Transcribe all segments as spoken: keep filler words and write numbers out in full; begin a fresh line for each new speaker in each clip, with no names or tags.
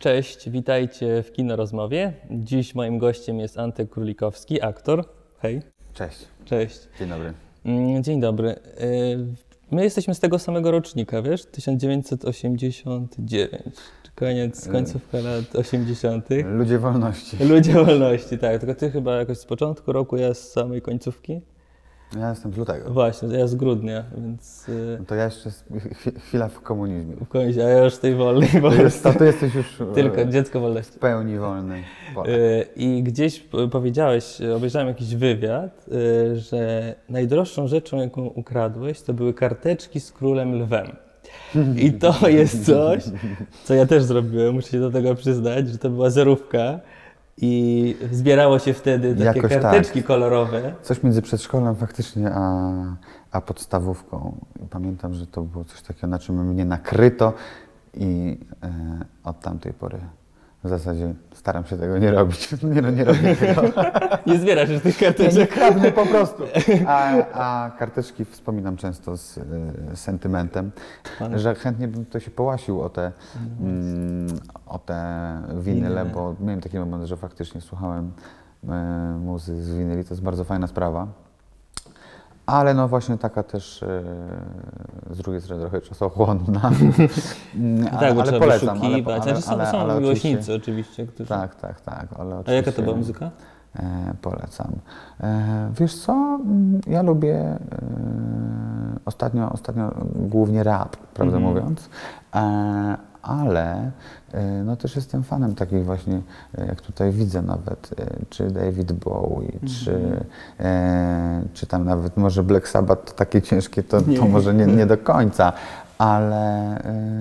Cześć, witajcie w Kinorozmowie. Dziś moim gościem jest Antek Królikowski, aktor. Hej.
Cześć.
Cześć.
Dzień dobry.
Dzień dobry. My jesteśmy z tego samego rocznika, wiesz? tysiąc dziewięćset osiemdziesiąty dziewiąty. Koniec, końcówka lat osiemdziesiątych.
Ludzie wolności.
Ludzie wolności, tak. Tylko ty chyba jakoś z początku roku, ja z samej końcówki.
Ja jestem z lutego.
Właśnie, ja z grudnia, więc...
No to ja jeszcze chwila w komunizmie.
W końcu, a ja już tej wolnej
To, jest, to, to jesteś już
tylko dziecko wolności.
w pełni wolny.
I gdzieś powiedziałeś, obejrzałem jakiś wywiad, że najdroższą rzeczą, jaką ukradłeś, to były karteczki z Królem Lwem. I to jest coś, co ja też zrobiłem, muszę się do tego przyznać, że to była zerówka. I zbierało się wtedy takie
Jakoś
karteczki
tak.
kolorowe.
Coś między przedszkolem faktycznie, a, a podstawówką. Pamiętam, że to było coś takiego, na czym mnie nakryto i e, od tamtej pory w zasadzie staram się tego nie robić. Nie, no, nie robię tego.
Nie zbierasz już tych karteczek.
Ja nie kradnę po prostu. A, a karteczki wspominam często z e, sentymentem,
Ale...
że chętnie bym to się połasił o te, mm, o te winyle, bo miałem taki moment, że faktycznie słuchałem e, muzy z winyli. To jest bardzo fajna sprawa. Ale no właśnie taka też e, z drugiej strony trochę czasochłonna.
tak, ale, bo ale trzeba polecam. Wyszukiwać. Ale, ale,
znaczy,
ale, są,
ale,
są miłośnicy
oczywiście,
oczywiście. Którzy...
Tak, tak, tak. Ale
A jaka to była muzyka?
E, polecam. E, wiesz co, ja lubię e, ostatnio, ostatnio głównie rap, prawdę mm. mówiąc, e, ale e, no też jestem fanem takich właśnie, e, jak tutaj widzę nawet, e, czy David Bowie, mm. czy, e, czy tam nawet może Black Sabbath, to takie ciężkie, to, to może nie, nie do końca, ale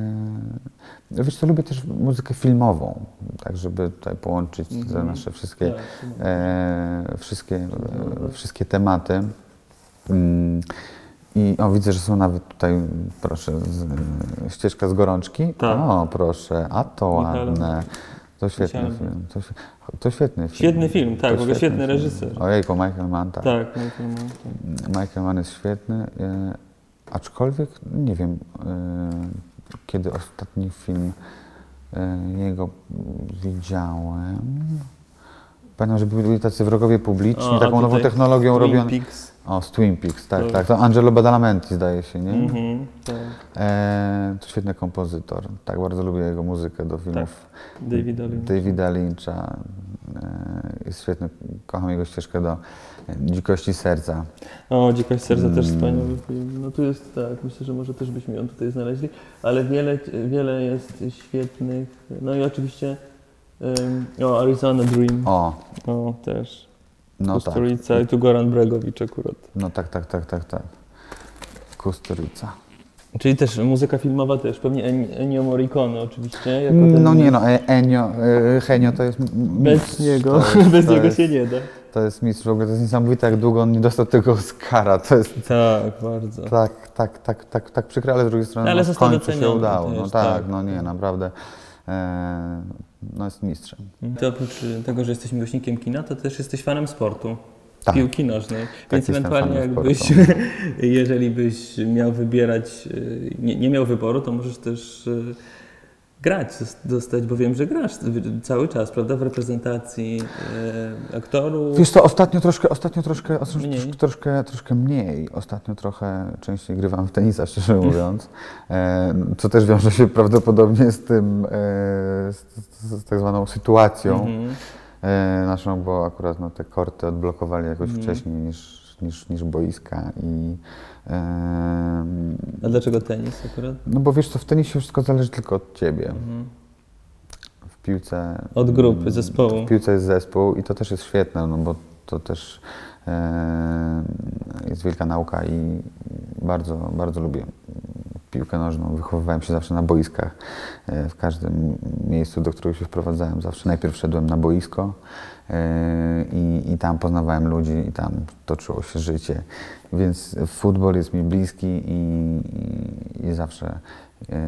e, wiesz co, lubię też muzykę filmową, tak żeby tutaj połączyć mm-hmm. te nasze wszystkie, e, wszystkie, e, wszystkie tematy. Mm. I o, widzę, że są nawet tutaj, proszę, z, ścieżka z gorączki. Tak. O, proszę, a to ładne. To świetny film. To, to świetny film.
Świetny film, tak, w ogóle świetny reżyser.
Ojejku, Michael Mann, tak.
Tak, Michael Mann.
Tak. Michael Mann jest świetny, e, aczkolwiek nie wiem, e, kiedy ostatni film e, jego widziałem. Pamiętam, że byli tacy wrogowie publiczni, o, taką nową technologią robioną. O, z Twin Peaks, tak, to... tak. To Angelo Badalamenti zdaje się, nie? Mm-hmm, tak. e, to świetny kompozytor. Tak, bardzo lubię jego muzykę do filmów
tak. Davida Lyncha.
Davida Lyncha. E, jest świetny, kocham jego ścieżkę do Dzikości Serca.
O, Dzikość Serca mm. też wspaniały film. No tu jest tak, myślę, że może też byśmy ją tutaj znaleźli, ale wiele, wiele jest świetnych, no i oczywiście um, o, Arizona Dream.
O,
o też.
No
Kusturica
tak.
i tu Goran Bregowicz akurat.
No tak, tak, tak, tak, tak. Kusturica.
Czyli też muzyka filmowa też, pewnie Ennio Morricone oczywiście. Jako
no
ten...
nie no, Ennio, Henio to jest
Bez niego, jest, bez niego
jest,
się nie da.
To jest mistrz, w ogóle to jest niesamowite, jak długo on nie dostał tego Oscara. To jest
tak, bardzo.
Tak, tak, tak, tak, tak przykre, ale z drugiej strony
ale
no, w końcu się udało.
Też,
no tak,
tak,
no nie, naprawdę. E, no jest mistrzem.
Ty oprócz tego, że jesteś miłośnikiem kina, to też jesteś fanem sportu.
Tak.
Piłki nożnej.
Tak,
więc ewentualnie jakbyś, jeżeli byś miał wybierać, nie, nie miał wyboru, to możesz też grać, dostać, bo wiem, że grasz cały czas, prawda, w reprezentacji e, aktorów.
Wiesz co, ostatnio troszkę, ostatnio troszkę,
mniej.
Troszkę, troszkę, troszkę mniej. Ostatnio trochę częściej grywam w tenisa, szczerze mówiąc, e, co też wiąże się prawdopodobnie z tym, e, z, z tak zwaną sytuacją mm-hmm. e, naszą, bo akurat no, te korty odblokowali jakoś mm. wcześniej niż Niż, niż boiska i... E,
A dlaczego tenis akurat?
No bo wiesz co, w tenisie wszystko zależy tylko od ciebie. Mhm. W piłce...
Od grupy, zespołu.
W piłce jest zespół i to też jest świetne, no bo to też e, jest wielka nauka i bardzo, bardzo lubię piłkę nożną. Wychowywałem się zawsze na boiskach. E, w każdym miejscu, do którego się wprowadzałem, zawsze najpierw szedłem na boisko. I, i tam poznawałem ludzi i tam toczyło się życie, więc futbol jest mi bliski i, i, i zawsze e,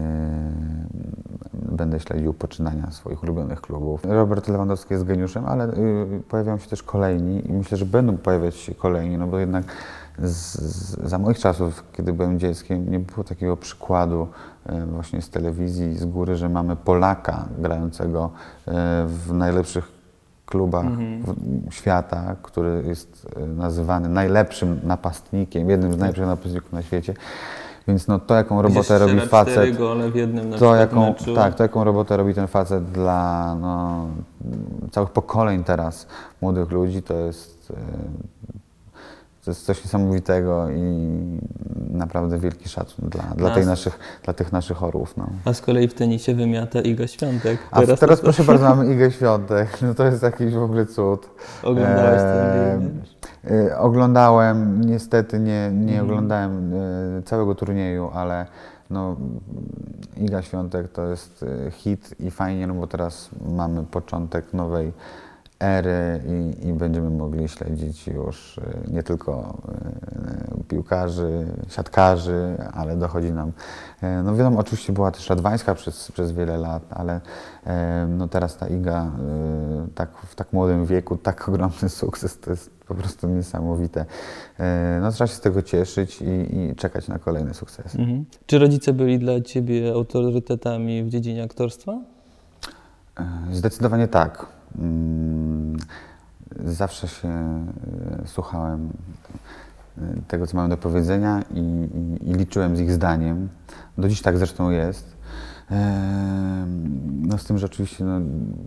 będę śledził poczynania swoich ulubionych klubów. Robert Lewandowski jest geniuszem, ale y, pojawiają się też kolejni i myślę, że będą pojawiać się kolejni, no bo jednak z, z, za moich czasów, kiedy byłem dzieckiem, nie było takiego przykładu e, właśnie z telewizji, z góry, że mamy Polaka grającego e, w najlepszych klubach
Mhm.
w, świata, który jest e, nazywany najlepszym napastnikiem, jednym z najlepszych napastników na świecie. Więc no, to, jaką robotę
Gdzieś
robi
strzela
facet,
cztery gole w jednym na
to
przykład
jaką,
meczu.
tak, to jaką robotę robi ten facet dla no, całych pokoleń teraz młodych ludzi, to jest, e, to jest coś niesamowitego i naprawdę wielki szacun dla, dla, tej
Nas-
naszych, dla tych naszych orłów. No.
A z kolei w tenisie wymiata Iga Świątek.
A teraz, teraz
to-
proszę bardzo, mamy Igę Świątek, no to jest jakiś w ogóle cud.
Oglądałeś ten
E,
bieg?
e, Oglądałem, niestety nie, nie
Mhm.
oglądałem e, całego turnieju, ale no, Iga Świątek to jest e, hit i fajnie, no bo teraz mamy początek nowej ery i, i będziemy mogli śledzić już e, nie tylko e, piłkarzy, siatkarzy, ale dochodzi nam, e, no wiadomo, oczywiście była też Radwańska przez, przez wiele lat, ale e, no teraz ta Iga e, tak, w tak młodym wieku, tak ogromny sukces, to jest po prostu niesamowite. E, no trzeba się z tego cieszyć i, i czekać na kolejne sukcesy.
Mhm. Czy rodzice byli dla ciebie autorytetami w dziedzinie aktorstwa?
E, Zdecydowanie tak. Mm, Zawsze się e, słuchałem e, tego, co mają do powiedzenia i, i, i liczyłem z ich zdaniem. Do dziś tak zresztą jest. E, No z tym, że oczywiście no,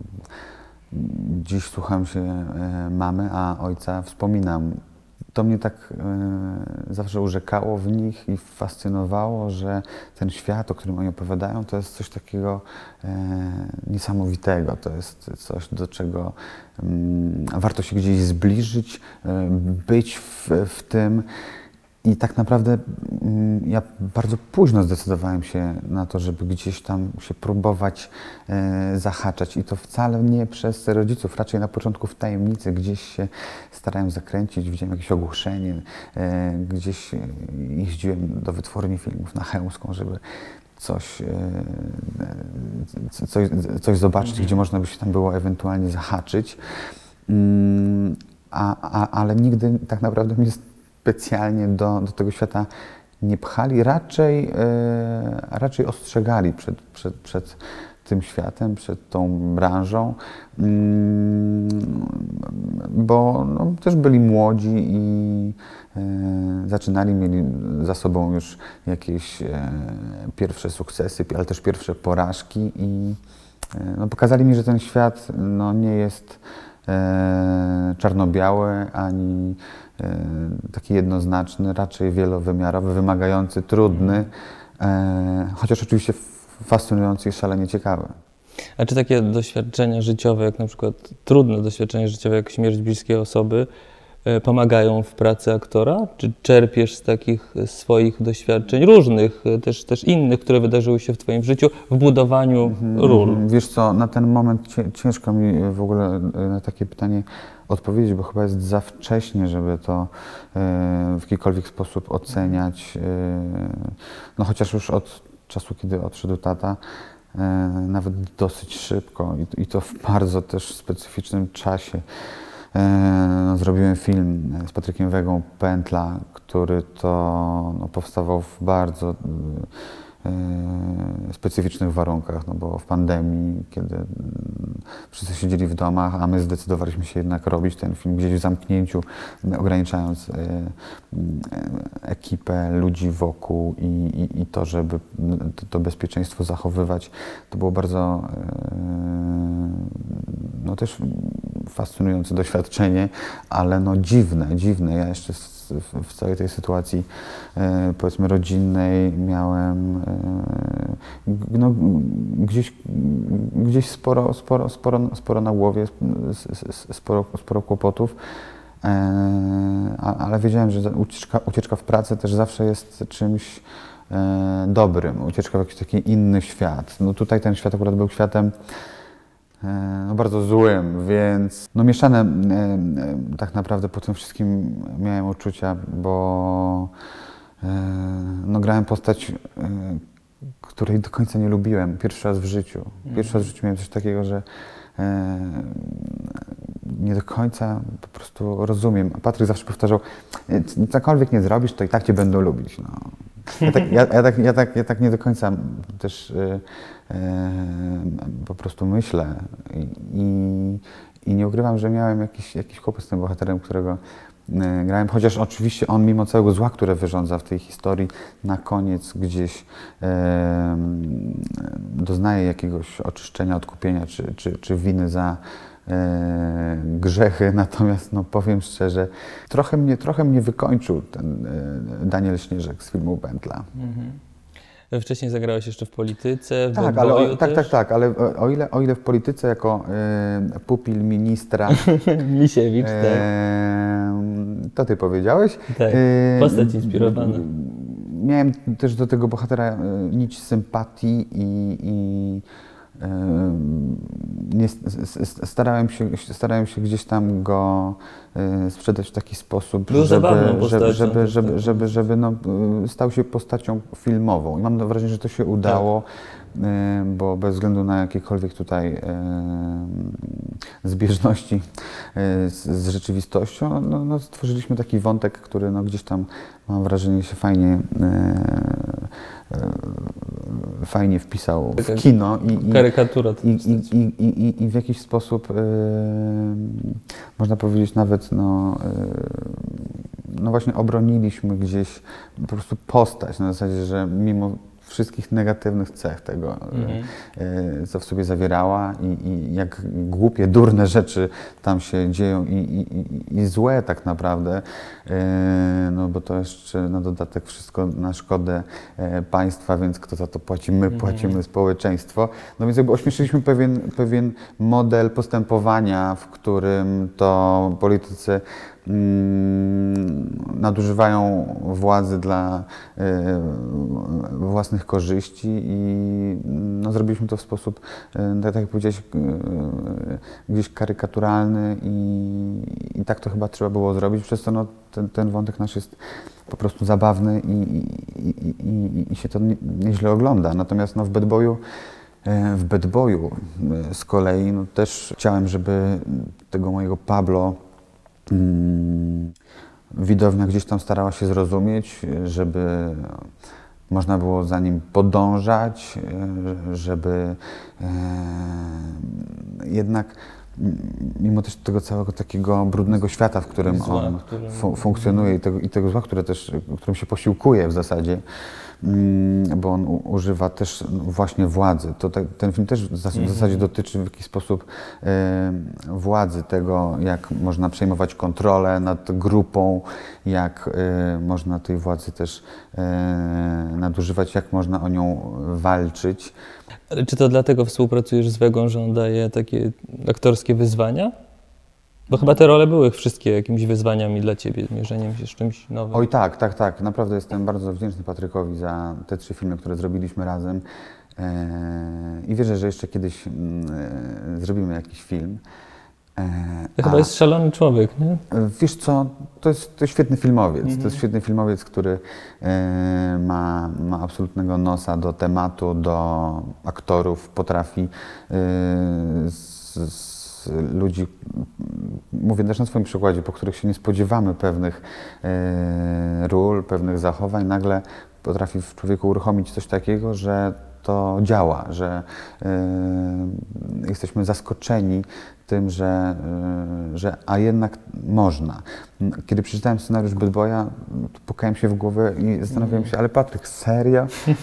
dziś słucham się e, mamy, a ojca wspominam. To mnie tak e, zawsze urzekało w nich i fascynowało, że ten świat, o którym oni opowiadają, to jest coś takiego e, niesamowitego. To jest coś, do czego mm, warto się gdzieś zbliżyć, e, być w, w tym. I tak naprawdę mm, ja bardzo późno zdecydowałem się na to, żeby gdzieś tam się próbować e, zahaczać. I to wcale nie przez rodziców, raczej na początku w tajemnicy gdzieś się starałem zakręcić, widziałem jakieś ogłoszenie, e, gdzieś e, jeździłem do wytwórni filmów na Chełmską, żeby coś, e, e, coś, coś zobaczyć,
Mhm.
gdzie można by się tam było ewentualnie zahaczyć. Mm, a, a, ale nigdy tak naprawdę mnie specjalnie do, do tego świata nie pchali, raczej, e, raczej ostrzegali przed, przed, przed tym światem, przed tą branżą, mm, bo no, też byli młodzi i e, zaczynali, mieli za sobą już jakieś e, pierwsze sukcesy, ale też pierwsze porażki i e, no, pokazali mi, że ten świat no, nie jest e, czarno-biały ani e, taki jednoznaczny, raczej wielowymiarowy, wymagający, trudny, e, chociaż oczywiście fascynujący i szalenie ciekawy.
A czy takie doświadczenia życiowe, jak na przykład trudne doświadczenia życiowe, jak śmierć bliskiej osoby, e, pomagają w pracy aktora? Czy czerpiesz z takich swoich doświadczeń różnych, e, też, też innych, które wydarzyły się w twoim życiu, w budowaniu ról?
Wiesz co, na ten moment cie- ciężko mi w ogóle e, na takie pytanie odpowiedzieć, bo chyba jest za wcześnie, żeby to e, w jakikolwiek sposób oceniać. E, no chociaż już od czasu, kiedy odszedł tata, e, nawet dosyć szybko i, i to w bardzo też specyficznym czasie. E, no, zrobiłem film z Patrykiem Wegą, Pętla, który to no, powstawał w bardzo e, specyficznych warunkach, no bo w pandemii, kiedy mm, wszyscy siedzieli w domach, a my zdecydowaliśmy się jednak robić ten film gdzieś w zamknięciu, ograniczając e, e, ekipę, ludzi wokół i, i, i to, żeby to, to bezpieczeństwo zachowywać, to było bardzo e, no też fascynujące doświadczenie, ale no dziwne, dziwne. Ja jeszcze w, w całej tej sytuacji e, powiedzmy rodzinnej miałem e, no, gdzieś, gdzieś sporo, sporo, sporo, sporo na głowie, sporo, sporo kłopotów, e, ale wiedziałem, że ucieczka, ucieczka w pracy też zawsze jest czymś e, dobrym, ucieczka w jakiś taki inny świat. No tutaj ten świat akurat był światem no bardzo złym, więc no mieszane e, tak naprawdę po tym wszystkim miałem uczucia, bo e, no grałem postać, e, której do końca nie lubiłem, pierwszy raz w życiu. Pierwszy raz w życiu miałem coś takiego, że e, nie do końca po prostu rozumiem. A Patryk zawsze powtarzał, cokolwiek nie zrobisz, to i tak cię będą lubić. No. Ja, tak, ja, ja, tak, ja, tak, ja tak nie do końca też y, y, po prostu myślę i, i, i nie ukrywam, że miałem jakiś, jakiś kłopot z tym bohaterem, którego y, grałem, chociaż oczywiście on mimo całego zła, które wyrządza w tej historii, na koniec gdzieś y, doznaje jakiegoś oczyszczenia, odkupienia czy, czy, czy winy za E, grzechy, natomiast no, powiem szczerze, trochę mnie, trochę mnie wykończył ten e, Daniel Śnieżek z filmu Wędla.
Mhm. Wcześniej zagrałeś jeszcze w polityce, w
Tak, ale o, tak, tak, tak, ale o, o, ile, o ile w polityce jako e, pupil ministra
Misiewicz,
e, tak. To ty powiedziałeś.
Tak, postać inspirowana.
E, miałem też do tego bohatera e, nić sympatii i, i Nie, starałem, się, starałem się gdzieś tam go sprzedać w taki sposób,
Był
żeby,
postacią,
żeby, żeby, żeby, żeby, żeby no, stał się postacią filmową. I mam wrażenie, że to się udało, tak. Bo bez względu na jakiekolwiek tutaj zbieżności z, z rzeczywistością, no, no, stworzyliśmy taki wątek, który no, gdzieś tam, mam wrażenie, się fajnie fajnie wpisał w kino i,
karykatura
i, i, i, i, i w jakiś sposób yy, można powiedzieć nawet no, yy, no właśnie obroniliśmy gdzieś po prostu postać na zasadzie, że mimo wszystkich negatywnych cech tego, mhm. y, co w sobie zawierała i, i jak głupie, durne rzeczy tam się dzieją i, i, i złe tak naprawdę, y, no bo to jeszcze na dodatek wszystko na szkodę y, państwa, więc kto za to płaci? My mhm. płacimy, społeczeństwo. No więc jakby ośmieszyliśmy pewien, pewien model postępowania, w którym to politycy nadużywają władzy dla y, własnych korzyści i no, zrobiliśmy to w sposób, y, tak jak powiedziałeś, y, gdzieś karykaturalny i, i tak to chyba trzeba było zrobić, przez to no, ten, ten wątek nasz jest po prostu zabawny i, i, i, i, i się to nie, nieźle ogląda. Natomiast no, w Bad Boyu w Bad Boyu z kolei no, też chciałem, żeby tego mojego Pablo widownia gdzieś tam starała się zrozumieć, żeby można było za nim podążać, żeby jednak mimo też tego całego takiego brudnego świata, w którym zła, on którym... fu funkcjonuje i tego, i tego zła, które też, którym się posiłkuje w zasadzie, bo on u, używa też właśnie władzy. To te, ten film też w, zas w zasadzie dotyczy w jakiś sposób e, władzy, tego jak można przejmować kontrolę nad grupą, jak e, można tej władzy też e, nadużywać, jak można o nią walczyć.
Ale czy to dlatego współpracujesz z Wegą, że on daje takie aktorskie wyzwania? Bo chyba te role były wszystkie jakimiś wyzwaniami dla Ciebie, mierzeniem się z czymś nowym.
Oj tak, tak, tak. Naprawdę jestem bardzo wdzięczny Patrykowi za te trzy filmy, które zrobiliśmy razem. I wierzę, że jeszcze kiedyś zrobimy jakiś film.
To chyba jest szalony człowiek, nie?
Wiesz co, to jest, to jest świetny filmowiec.
Mhm.
To jest świetny filmowiec, który ma, ma absolutnego nosa do tematu, do aktorów, potrafi z, z ludzi, mówię też na swoim przykładzie, po których się nie spodziewamy pewnych e, ról, pewnych zachowań, nagle potrafi w człowieku uruchomić coś takiego, że to działa, że e, jesteśmy zaskoczeni tym, że, e, że a jednak można. Kiedy przeczytałem scenariusz Bad Boya, pukałem się w głowę i zastanawiałem się, ale Patryk, serio?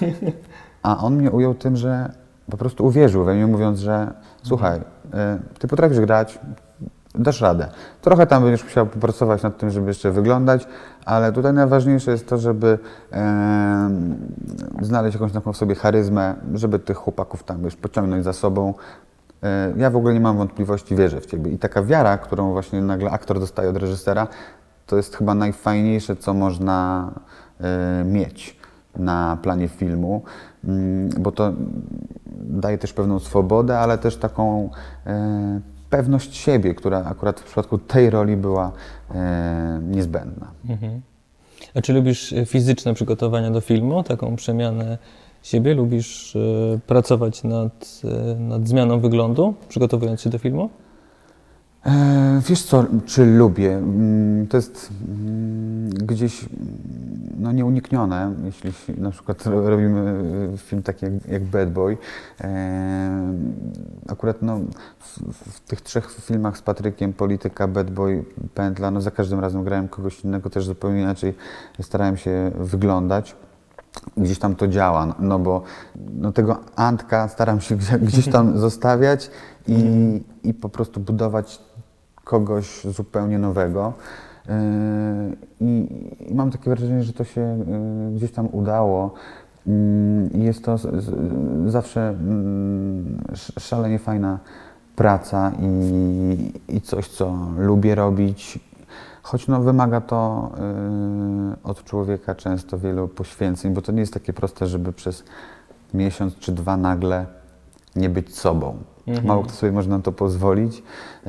A on mnie ujął tym, że po prostu uwierzył we mnie, mówiąc, że słuchaj, ty potrafisz grać, dasz radę. Trochę tam będziesz musiał popracować nad tym, żeby jeszcze wyglądać, ale tutaj najważniejsze jest to, żeby e, znaleźć jakąś taką w sobie charyzmę, żeby tych chłopaków tam już pociągnąć za sobą. E, ja w ogóle nie mam wątpliwości, wierzę w ciebie. I taka wiara, którą właśnie nagle aktor dostaje od reżysera, to jest chyba najfajniejsze, co można e, mieć na planie filmu, bo to daje też pewną swobodę, ale też taką e, pewność siebie, która akurat w przypadku tej roli była e, niezbędna.
Mhm. A czy lubisz fizyczne przygotowania do filmu, taką przemianę siebie? Lubisz e, pracować nad, e, nad zmianą wyglądu, przygotowując się do filmu?
E, wiesz co, czy lubię? Mm, To jest mm, gdzieś mm, no, nieuniknione, jeśli się- na przykład ro- robimy e, film taki jak, jak Bad Boy. E, akurat no, w, w tych trzech filmach z Patrykiem, Polityka, Bad Boy, Pętla, no za każdym razem grałem kogoś innego, też zupełnie inaczej starałem się wyglądać. Gdzieś tam to działa, no bo no tego Antka staram się gdzieś, gdzieś tam zostawiać i, i po prostu budować kogoś zupełnie nowego. Yy, I, I mam takie wrażenie, że to się yy, gdzieś tam udało. Yy, I jest to z, z, zawsze yy, sz- szalenie fajna praca i, i coś, co lubię robić. Choć no, wymaga to yy, od człowieka często wielu poświęceń, bo to nie jest takie proste, żeby przez miesiąc czy dwa nagle nie być sobą.
Mhm.
Mało kto sobie może na to pozwolić. Yy,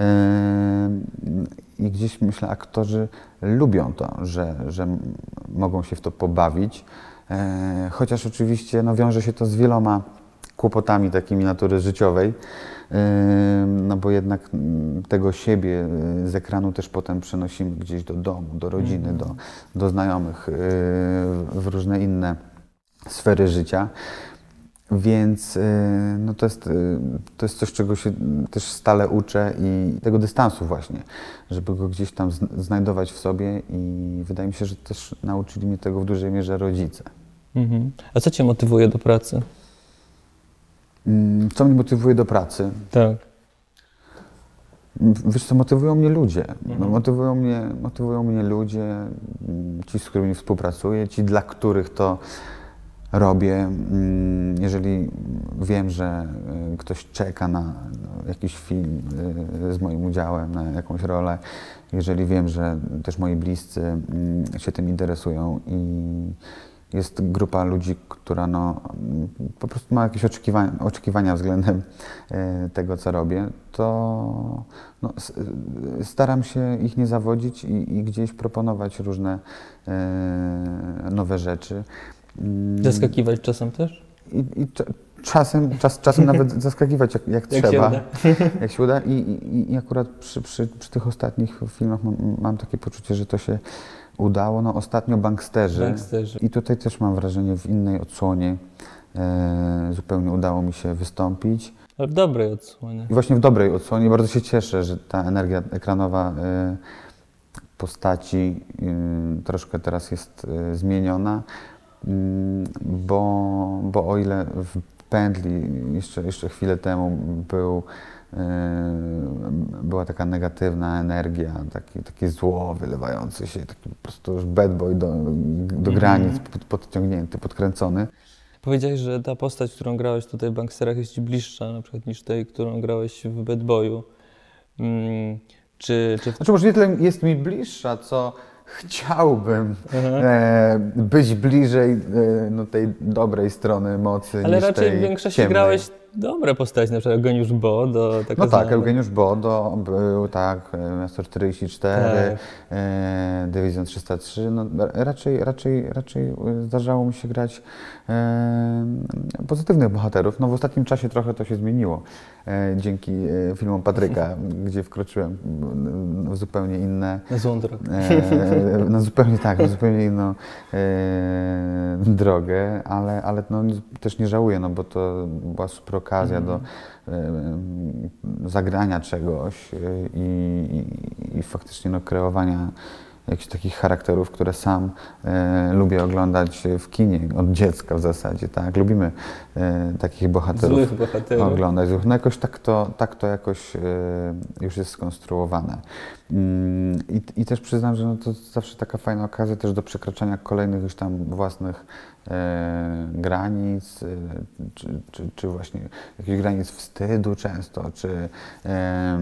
I gdzieś myślę, aktorzy lubią to, że, że m- mogą się w to pobawić. Yy, chociaż oczywiście no, wiąże się to z wieloma kłopotami takimi natury życiowej. Yy, No bo jednak mm, tego siebie yy, z ekranu też potem przenosimy gdzieś do domu, do rodziny, do, do znajomych, yy, w różne inne sfery życia. Więc yy, no to, jest, yy, to jest coś, czego się też stale uczę i tego dystansu właśnie, żeby go gdzieś tam zn- znajdować w sobie i wydaje mi się, że też nauczyli mnie tego w dużej mierze rodzice.
Mhm. A co cię motywuje do pracy?
Mm, Co mnie motywuje do pracy?
Tak.
Wiesz co, motywują mnie ludzie. No,
Mhm.
motywują mnie, motywują mnie ludzie, mm, ci, z którymi współpracuję, ci, dla których to robię. Mm, Jeżeli wiem, że y, ktoś czeka na no, jakiś film y, z moim udziałem, na jakąś rolę, jeżeli wiem, że też moi bliscy mm, się tym interesują i jest grupa ludzi, która no, mm, po prostu ma jakieś oczekiwania, oczekiwania względem e, tego, co robię, to no, s- e, staram się ich nie zawodzić i, i gdzieś proponować różne e, nowe rzeczy. Mm,
Zaskakiwać czasem też?
I, i cza- czasem, czas, czasem nawet zaskakiwać jak, jak,
Jak się
trzeba,
uda.
jak się uda. I, i, i akurat przy, przy, przy tych ostatnich filmach mam, mam takie poczucie, że to się udało. No, ostatnio Banksterzy.
Banksterzy.
I tutaj też mam wrażenie, w innej odsłonie e, zupełnie udało mi się wystąpić.
Ale w dobrej odsłonie.
I właśnie w dobrej odsłonie bardzo się cieszę, że ta energia ekranowa e, postaci e, troszkę teraz jest e, zmieniona, Mm, bo, bo o ile w Pętli jeszcze, jeszcze chwilę temu był, e, była taka negatywna energia, taki, takie zło wylewające się, taki po prostu już bad boy do, do granic, pod, podciągnięty, podkręcony.
Powiedziałeś, że ta postać, którą grałeś tutaj w Banksterach jest ci bliższa na przykład niż tej, którą grałeś w Bad Boyu. Mm, czy, czy w...
Znaczy może nie tyle jest mi bliższa, co chciałbym e, być bliżej e, no, tej dobrej strony mocy
Ale
niż
raczej
tej
w większości
ciemnej.
grałeś dobre postaci, na przykład Eugeniusz Bo, do taka
No tak,
znana-
Eugeniusz Bodo był, tak, e, Miasto czterdzieści cztery,
Tak.
e, Dywizjon trzysta trzy, no ra- raczej, raczej, raczej zdarzało mi się grać e, pozytywnych bohaterów. No w ostatnim czasie trochę to się zmieniło e, dzięki e, filmom Patryka, gdzie wkroczyłem w zupełnie inne
Na złą drogę.
E, no zupełnie tak, na zupełnie inną e, drogę, ale, ale no, też nie żałuję, no bo to była super okazja do e, zagrania czegoś e, i, i, i faktycznie no, kreowania jakichś takich charakterów, które sam e, lubię oglądać w kinie od dziecka w zasadzie, tak? Lubimy e, takich bohaterów
Złych bohaterów.
oglądać. No jakoś tak to, tak to jakoś e, już jest skonstruowane. Mm, I, I też przyznam, że no to zawsze taka fajna okazja też do przekraczania kolejnych już tam własnych e, granic, e, czy, czy, czy właśnie jakichś granic wstydu często, czy e,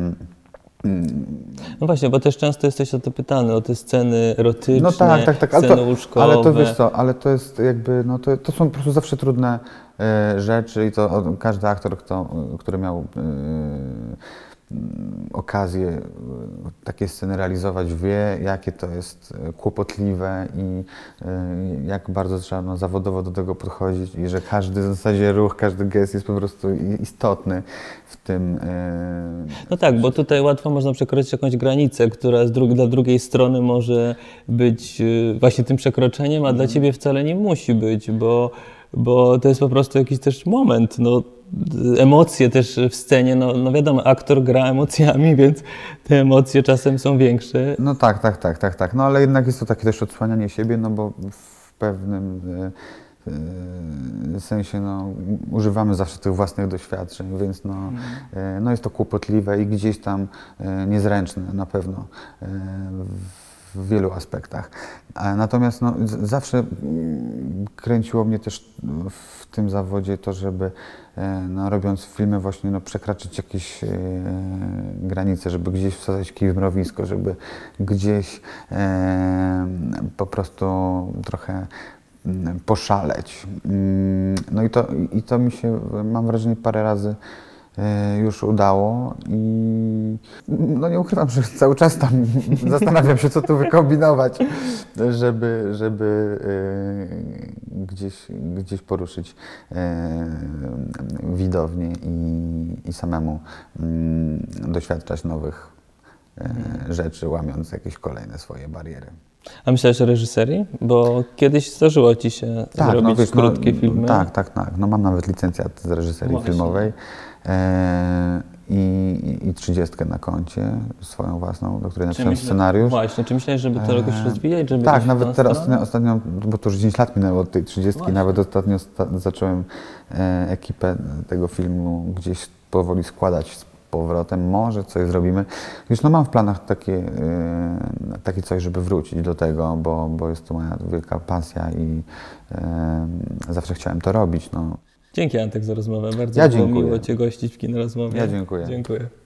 No właśnie, bo też często jesteś o to pytany, o te sceny erotyczne,
no tak, tak, tak, ale
sceny
to,
łóżkowe.
ale to wiesz co, ale to jest jakby, no to, to są po prostu zawsze trudne e, rzeczy i to o, każdy aktor, kto, który miał okazję y, takie sceny realizować, wie, jakie to jest y, kłopotliwe i y, jak bardzo trzeba no, zawodowo do tego podchodzić i że każdy w zasadzie ruch, każdy gest jest po prostu i- istotny w tym. y,
No tak, bo tutaj łatwo można przekroczyć jakąś granicę, która z dru- dla drugiej strony może być y, właśnie tym przekroczeniem, a dla ciebie wcale nie musi być, bo, bo to jest po prostu jakiś też moment. No, y, emocje też w scenie, no, no wiadomo, aktor gra emocjami, więc te emocje czasem są większe.
No tak, tak, tak, tak, tak. No ale jednak jest to takie też odsłanianie siebie, no bo w pewnym y, y, sensie no, używamy zawsze tych własnych doświadczeń, więc no, y, no jest to kłopotliwe i gdzieś tam y, niezręczne na pewno y, w wielu aspektach. A natomiast no, z- zawsze mm, kręciło mnie też w tym zawodzie to, żeby e, no, robiąc filmy właśnie no, przekraczać jakieś e, granice, żeby gdzieś wsadzać kij w mrowisko, żeby gdzieś e, po prostu trochę mm, poszaleć. Mm, No i to, i to mi się, mam wrażenie, parę razy e, już udało i no nie ukrywam, że cały czas tam zastanawiam się, co tu wykombinować, żeby, żeby e, gdzieś, gdzieś poruszyć e, widownię i, i samemu mm, doświadczać nowych e, rzeczy, łamiąc jakieś kolejne swoje bariery.
A myślałeś o reżyserii? Bo kiedyś zdarzyło ci się zrobić
wiesz,
krótkie
no,
filmy.
Tak, tak, tak. No mam nawet licencjat z reżyserii
Właśnie.
filmowej e, i, i trzydziestkę na koncie, swoją własną, do której
Czy
napisałem
myślę-
scenariusz.
Właśnie, czy myślałeś, żeby to jakoś
E,
rozwijać, żeby
Tak,
iść w
nawet
tą
teraz
stronę?
ostatnio, ostatnio, bo to już dziesięć lat minęło od tej trzydziestki,
Właśnie.
nawet ostatnio sta, zacząłem e, ekipę tego filmu gdzieś powoli składać z powrotem. Może coś zrobimy. Już no mam w planach takie, e, takie coś, żeby wrócić do tego, bo, bo jest to moja wielka pasja i e, zawsze chciałem to robić. No.
Dzięki, Antek, za rozmowę. Bardzo
Ja
było
dziękuję.
miło Cię gościć w Kino Rozmowie.
Ja dziękuję.
Dziękuję.